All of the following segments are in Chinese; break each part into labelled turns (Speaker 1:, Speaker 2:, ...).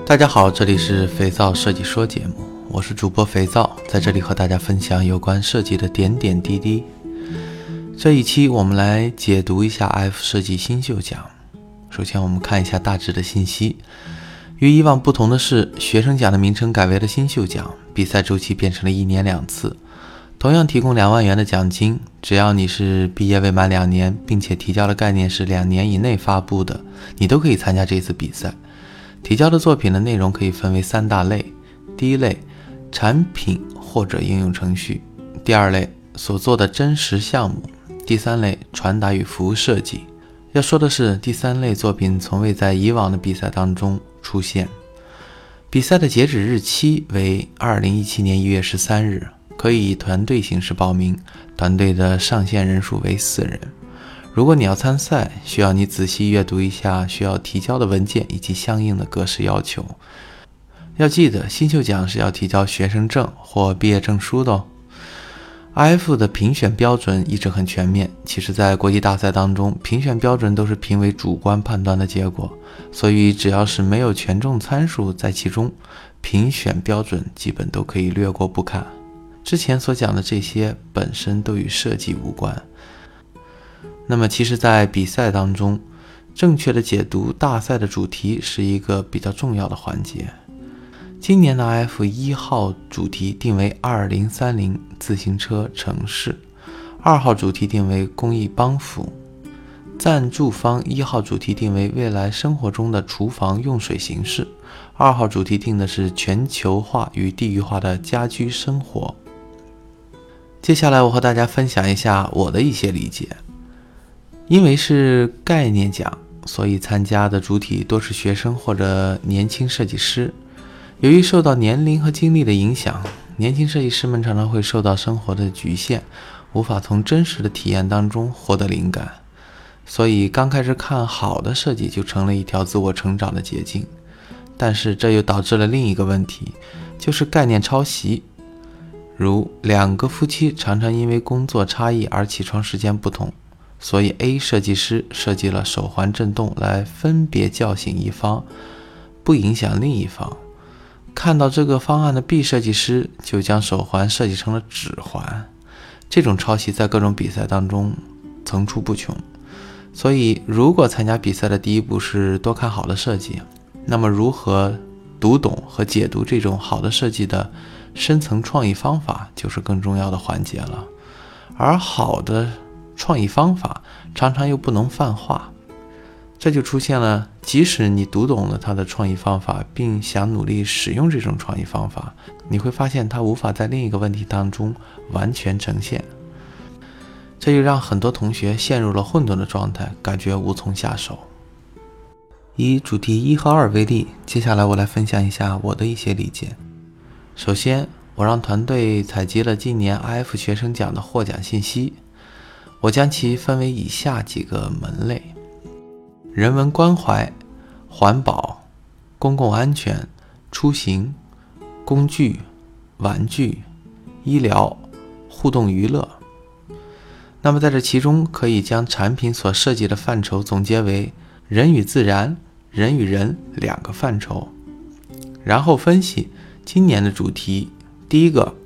Speaker 1: 大家好，这里是肥皂设计说节目，我是主播肥皂，在这里和大家分享有关设计的点点滴滴。这一期我们来解读一下 F 设计新秀奖。首先我们看一下大致的信息。与以往不同的是，学生奖的名称改为了新秀奖，比赛周期变成了1年2次，同样提供2万元的奖金，只要你是毕业未满2年，并且提交的概念是2年以内发布的，你都可以参加这次比赛。提交的作品的内容可以分为3大类。第一类，产品或者应用程序；第二类，所做的真实项目；第三类，传达与服务设计。要说的是，第三类作品从未在以往的比赛当中出现。比赛的截止日期为2017年1月13日，可以以团队形式报名，团队的上限人数为4人。如果你要参赛，需要你仔细阅读一下需要提交的文件以及相应的格式要求。要记得，新秀奖是要提交学生证或毕业证书的哦。IF 的评选标准一直很全面，其实在国际大赛当中，评选标准都是评为主观判断的结果，所以只要是没有权重参数在其中，评选标准基本都可以略过不看。之前所讲的这些本身都与设计无关。那么其实在比赛当中，正确的解读大赛的主题是一个比较重要的环节。今年的 IF1 号主题定为2030自行车城市，2号主题定为公益帮扶，赞助方1号主题定为未来生活中的厨房用水形式，2号主题定的是全球化与地域化的家居生活。接下来我和大家分享一下我的一些理解。因为是概念奖，所以参加的主体多是学生或者年轻设计师。由于受到年龄和经历的影响，年轻设计师们常常会受到生活的局限，无法从真实的体验当中获得灵感，所以刚开始看好的设计就成了一条自我成长的捷径。但是这又导致了另一个问题，就是概念抄袭。如2个夫妻常常因为工作差异而起床时间不同，所以 A 设计师设计了手环震动来分别叫醒一方，不影响另一方。看到这个方案的 B 设计师就将手环设计成了指环。这种抄袭在各种比赛当中层出不穷。所以如果参加比赛的第一步是多看好的设计，那么如何读懂和解读这种好的设计的深层创意方法就是更重要的环节了。而好的创意方法常常又不能泛化，这就出现了即使你读懂了它的创意方法，并想努力使用这种创意方法，你会发现它无法在另一个问题当中完全呈现。这就让很多同学陷入了混沌的状态，感觉无从下手。以主题1和2为例，接下来我来分享一下我的一些理解。首先，我让团队采集了今年 IF 学生奖的获奖信息，我将其分为以下几个门类：人文关怀、环保、公共安全、出行、工具、玩具、医疗、互动娱乐。那么在这其中，可以将产品所涉及的范畴总结为人与自然、人与人2个范畴，然后分析今年的主题。第一个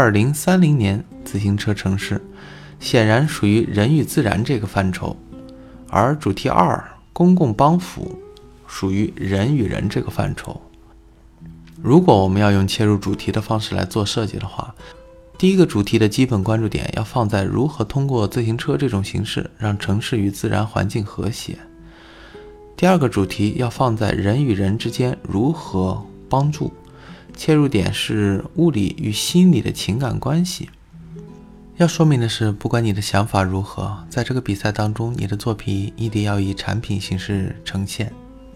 Speaker 1: 2030年自行车城市显然属于人与自然这个范畴，而主题2公共帮扶属于人与人这个范畴。如果我们要用切入主题的方式来做设计的话，第一个主题的基本关注点要放在如何通过自行车这种形式让城市与自然环境和谐。第二个主题要放在人与人之间如何帮助，切入点是物理与心理的情感关系。要说明的是，不管你的想法如何，在这个比赛当中，你的作品一定要以产品形式呈现。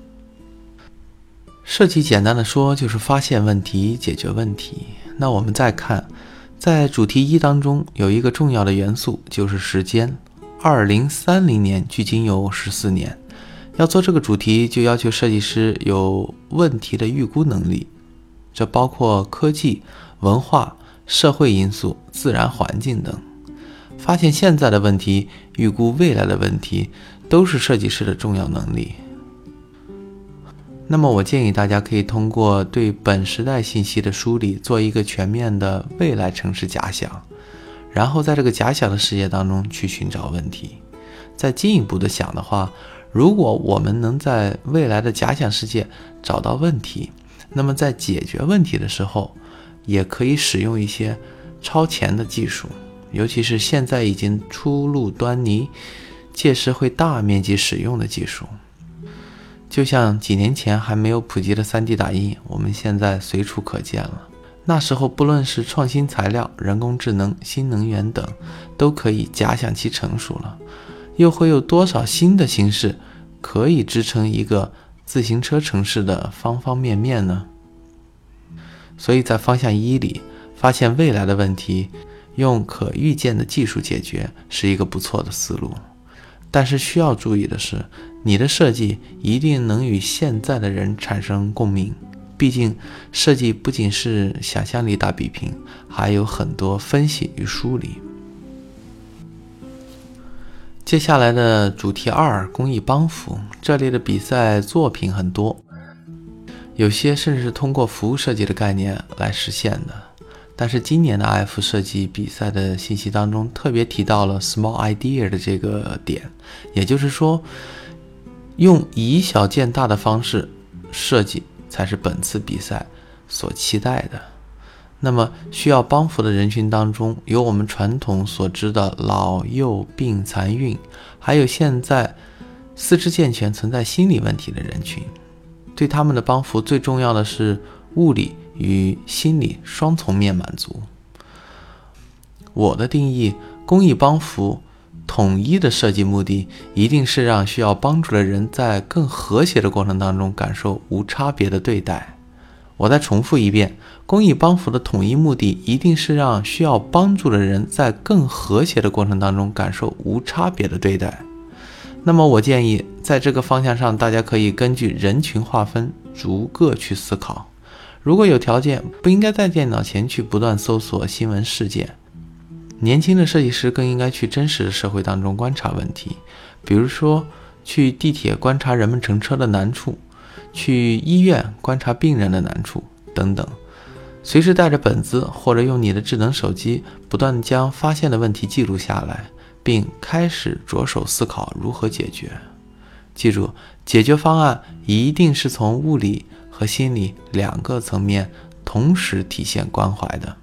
Speaker 1: 设计简单的说就是发现问题，解决问题。那我们再看，在主题1当中有一个重要的元素，就是时间。2030年距今有14年，要做这个主题就要求设计师有问题的预估能力，这包括科技、文化、社会因素、自然环境等。发现现在的问题，预估未来的问题，都是设计师的重要能力。 那么我建议大家可以通过对本时代信息的梳理，做一个全面的未来城市假想，然后在这个假想的世界当中去寻找问题。再进一步的想的话，如果我们能在未来的假想世界找到问题，那么在解决问题的时候，也可以使用一些超前的技术，尤其是现在已经初露端倪，届时会大面积使用的技术。就像几年前还没有普及的 3D 打印，我们现在随处可见了。那时候不论是创新材料、人工智能、新能源等，都可以假想其成熟了。又会有多少新的形式可以支撑一个自行车城市的方方面面呢？所以在方向1里，发现未来的问题，用可预见的技术解决是一个不错的思路。但是需要注意的是，你的设计一定能与现在的人产生共鸣。毕竟设计不仅是想象力大比拼，还有很多分析与梳理。接下来的主题2，公益帮扶，这类的比赛作品很多，有些甚至是通过服务设计的概念来实现的。但是今年的 IF 设计比赛的信息当中特别提到了 small idea 的这个点，也就是说，用以小见大的方式设计才是本次比赛所期待的。那么需要帮扶的人群当中，有我们传统所知的老幼病残孕，还有现在四肢健全存在心理问题的人群。对他们的帮扶最重要的是物理与心理双重面满足。我的定义，公益帮扶统一的设计目的一定是让需要帮助的人在更和谐的过程当中感受无差别的对待。我再重复一遍，公益帮扶的统一目的一定是让需要帮助的人在更和谐的过程当中感受无差别的对待。那么我建议在这个方向上，大家可以根据人群划分逐个去思考。如果有条件，不应该在电脑前去不断搜索新闻事件。年轻的设计师更应该去真实的社会当中观察问题，比如说去地铁观察人们乘车的难处，去医院观察病人的难处等等。随时带着本子或者用你的智能手机，不断将发现的问题记录下来，并开始着手思考如何解决。记住，解决方案一定是从物理和心理两个层面同时体现关怀的。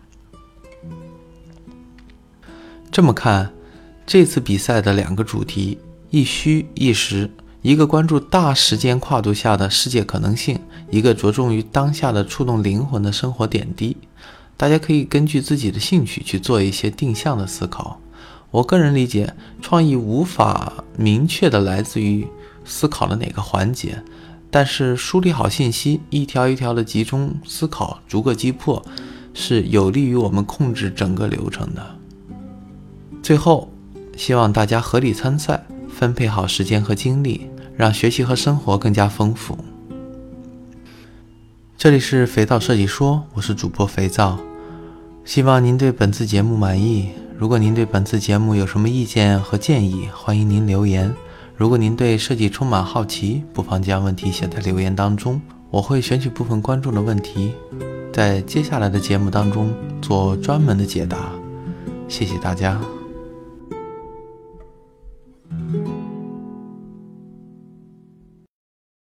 Speaker 1: 这么看，这次比赛的2个主题，一虚一实，一个关注大时间跨度下的世界可能性，一个着重于当下的触动灵魂的生活点滴。大家可以根据自己的兴趣去做一些定向的思考。我个人理解，创意无法明确的来自于思考的哪个环节，但是梳理好信息，一条一条的集中思考，逐个击破，是有利于我们控制整个流程的。最后，希望大家合理参赛，分配好时间和精力，让学习和生活更加丰富。这里是肥皂设计说，我是主播肥皂，希望您对本次节目满意。如果您对本次节目有什么意见和建议，欢迎您留言。如果您对设计充满好奇，不妨将问题写在留言当中，我会选取部分观众的问题，在接下来的节目当中做专门的解答。谢谢大家。